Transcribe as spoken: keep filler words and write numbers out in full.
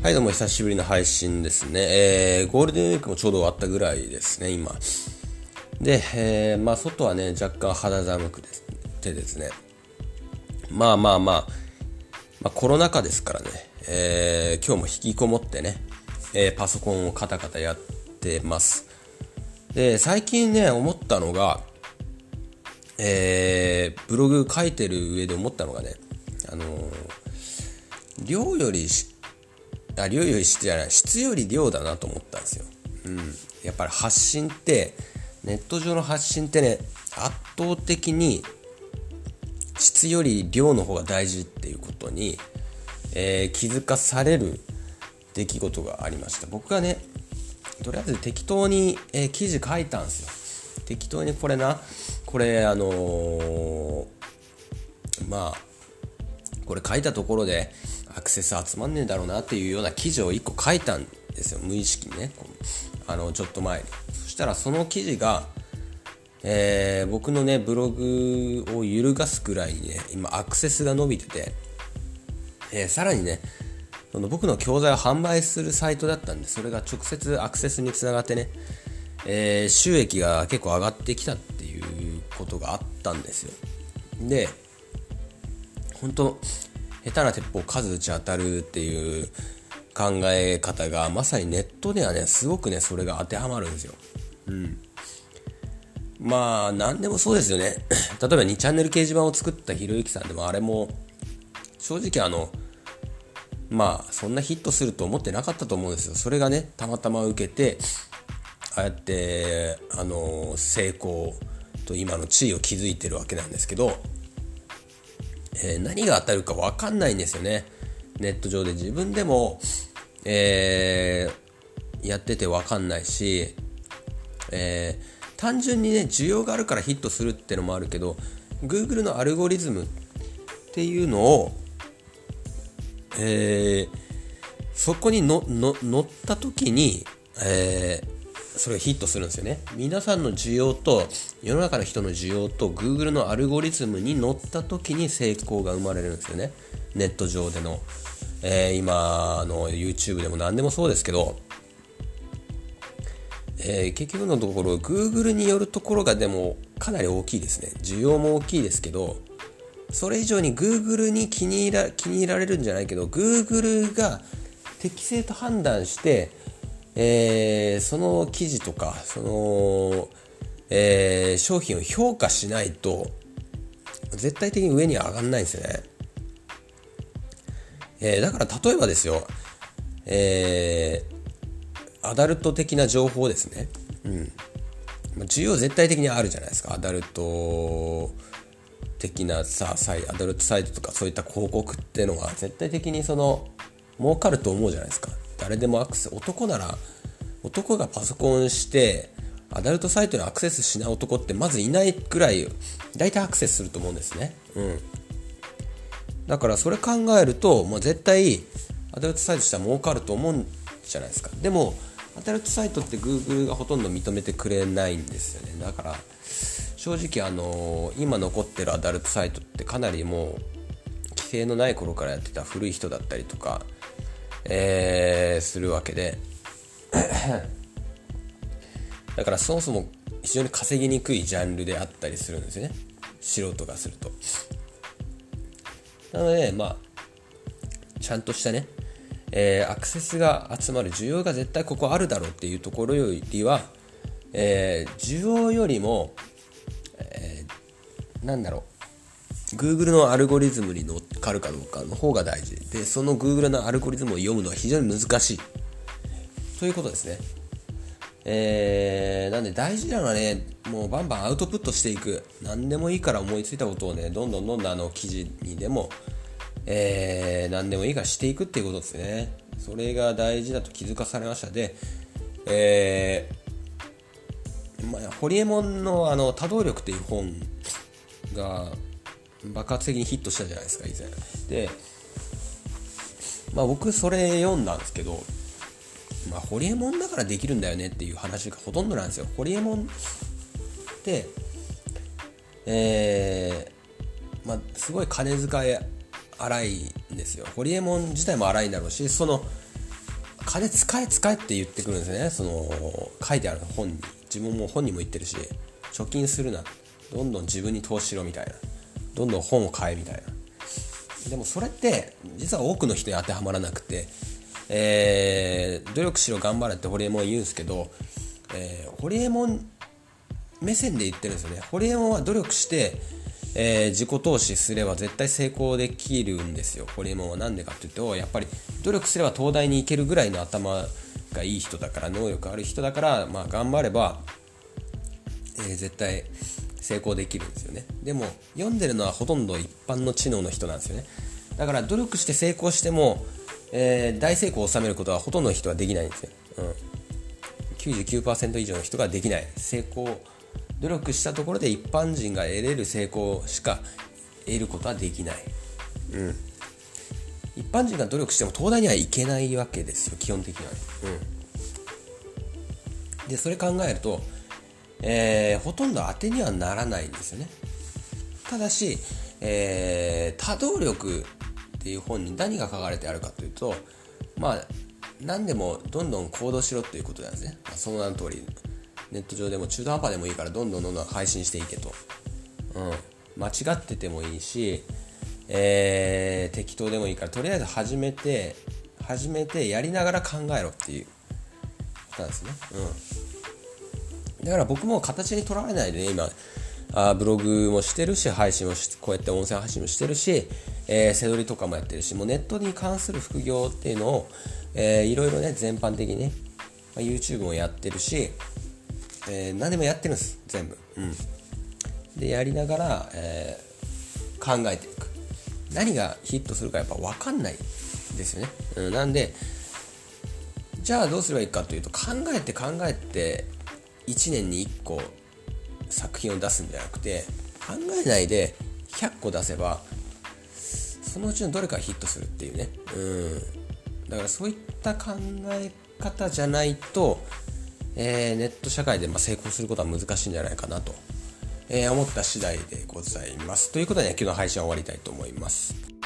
はい、どうも久しぶりの配信ですね。えー、ゴールデンウィークもちょうど終わったぐらいですね、今。で、えー、まあ外はね、若干肌寒くてですね。まあまあまあ、まあ、コロナ禍ですからね、えー、今日も引きこもってね、えー、パソコンをカタカタやってます。で、最近ね、思ったのが、えー、ブログ書いてる上で思ったのがね、あのー、量よりしあ量より質じゃない質より量だなと思ったんですよ、うん、やっぱり発信ってネット上の発信ってね圧倒的に質より量の方が大事っていうことに、えー、気づかされる出来事がありました。僕がねとりあえず適当に、えー、記事書いたんですよ。適当にこれなこれあのー、まあこれ書いたところでアクセス集まんねえだろうなっていうような記事をいっこ書いたんですよ、無意識にね、あのちょっと前に。そしたらその記事が、えー、僕のねブログを揺るがすくらいにね今アクセスが伸びてて、えー、さらにねその僕の教材を販売するサイトだったんで、それが直接アクセスにつながってね、えー、収益が結構上がってきたっていうことがあったんですよ。で本当下手な鉄砲数打ち当たるっていう考え方がまさにネットではねすごくねそれが当てはまるんですよ。うん、まあ何でもそうですよね。例えばにチャンネル掲示板を作ったひろゆきさんでもあれも正直あのまあそんなヒットすると思ってなかったと思うんですよ。それがねたまたま受けてああやってあの成功と今の地位を築いてるわけなんですけど、えー、何が当たるか分かんないんですよね。ネット上で自分でも、えー、やってて分かんないし、えー、単純にね需要があるからヒットするってのもあるけど Google のアルゴリズムっていうのを、えー、そこにのの乗った時に、えーそれがヒットするんですよね。皆さんの需要と世の中の人の需要と Google のアルゴリズムに乗った時に成功が生まれるんですよね。ネット上での、えー、今の YouTube でも何でもそうですけど、えー、結局のところ Google によるところがでもかなり大きいですね。需要も大きいですけど、それ以上に Google に気に入ら、気に入られるんじゃないけど Google が適正と判断してえー、その記事とかその、えー、商品を評価しないと絶対的に上には上がんないんですよね。えー、だから例えばですよ、えー、アダルト的な情報ですね、うん、需要絶対的にあるじゃないですか。アダルト的なさサイアダルトサイトとかそういった広告ってのは絶対的にその儲かると思うじゃないですか。誰でもアクセス、男なら男がパソコンしてアダルトサイトにアクセスしない男ってまずいないくらい大体アクセスすると思うんですね、うん、だからそれ考えると、まあ、絶対アダルトサイトしたら儲かると思うんじゃないですか。でもアダルトサイトって Google がほとんど認めてくれないんですよね。だから正直あのー、今残ってるアダルトサイトってかなりもう規制のない頃からやってた古い人だったりとかえー、するわけでだからそもそも非常に稼ぎにくいジャンルであったりするんですよね、素人がすると。なのでまあちゃんとしたね、えー、アクセスが集まる需要が絶対ここあるだろうっていうところよりは、えー、需要よりも、えー、なんだろうGoogle のアルゴリズムに乗っかるかどうかの方が大事で、その Google のアルゴリズムを読むのは非常に難しいということですね。えー、なんで大事なのはね、もうバンバンアウトプットしていく。何でもいいから思いついたことをね、どんどんどんどんあの記事にでも、えー、何でもいいからしていくっていうことですね。それが大事だと気づかされました。で、えーまあ、ホリエモンのあの多動力っていう本が爆発的にヒットしたじゃないですか以前で、まあ、僕それ読んだんですけど、まあ、ホリエモンだからできるんだよねっていう話がほとんどなんですよ。ホリエモンってえーまあ、すごい金遣い荒いんですよ。ホリエモン自体も荒いんだろうし、その金使え使えって言ってくるんですね。その書いてある本に、自分も本にも言ってるし、貯金するな、どんどん自分に投資しろみたいな、どんどん本を買えみたいな。でもそれって実は多くの人に当てはまらなくて、えー、努力しろ頑張れってホリエモン言うんですけど、えー、ホリエモン目線で言ってるんですよね。ホリエモンは努力して、えー、自己投資すれば絶対成功できるんですよ。ホリエモンはなんでかっていうと、やっぱり努力すれば東大に行けるぐらいの頭がいい人だから、能力ある人だから、まあ、頑張れば、えー、絶対成功できるんですよね。でも読んでるのはほとんど一般の知能の人なんですよね。だから努力して成功しても、えー、大成功を収めることはほとんどの人はできないんですよ、うん、きゅうじゅうきゅうパーセント 以上の人ができない。成功、努力したところで一般人が得れる成功しか得ることはできない、うん、一般人が努力しても東大には行けないわけですよ、基本的には、うん、でそれ考えると、えー、ほとんど当てにはならないんですよね。ただし、えー、多動力っていう本に何が書かれてあるかというと、まあ何でもどんどん行動しろということなんですね。まあ、その名の通り、ネット上でも中途半端でもいいからどんどんどんどん配信していけと、うん、間違っててもいいし、えー、適当でもいいからとりあえず始めて始めてやりながら考えろっていうことなんですね、うん、だから僕も形にとらわれないでね、今あブログもしてるし、配信もしこうやって音声配信もしてるし、えー、背取りとかもやってるし、もうネットに関する副業っていうのを、えー、いろいろね全般的にね、まあ、YouTube もやってるし、えー、何でもやってるんです全部、うん、でやりながら、えー、考えていく。何がヒットするかやっぱ分かんないですよね、うん、なんでじゃあどうすればいいかというと、考えて考えていちねんにいっこ作品を出すんじゃなくて、考えないでひゃっこ出せばそのうちのどれかヒットするっていうね、うん、だからそういった考え方じゃないと、えー、ネット社会でまあ成功することは難しいんじゃないかなと、えー、思った次第でございます。ということで、ね、今日の配信は終わりたいと思います。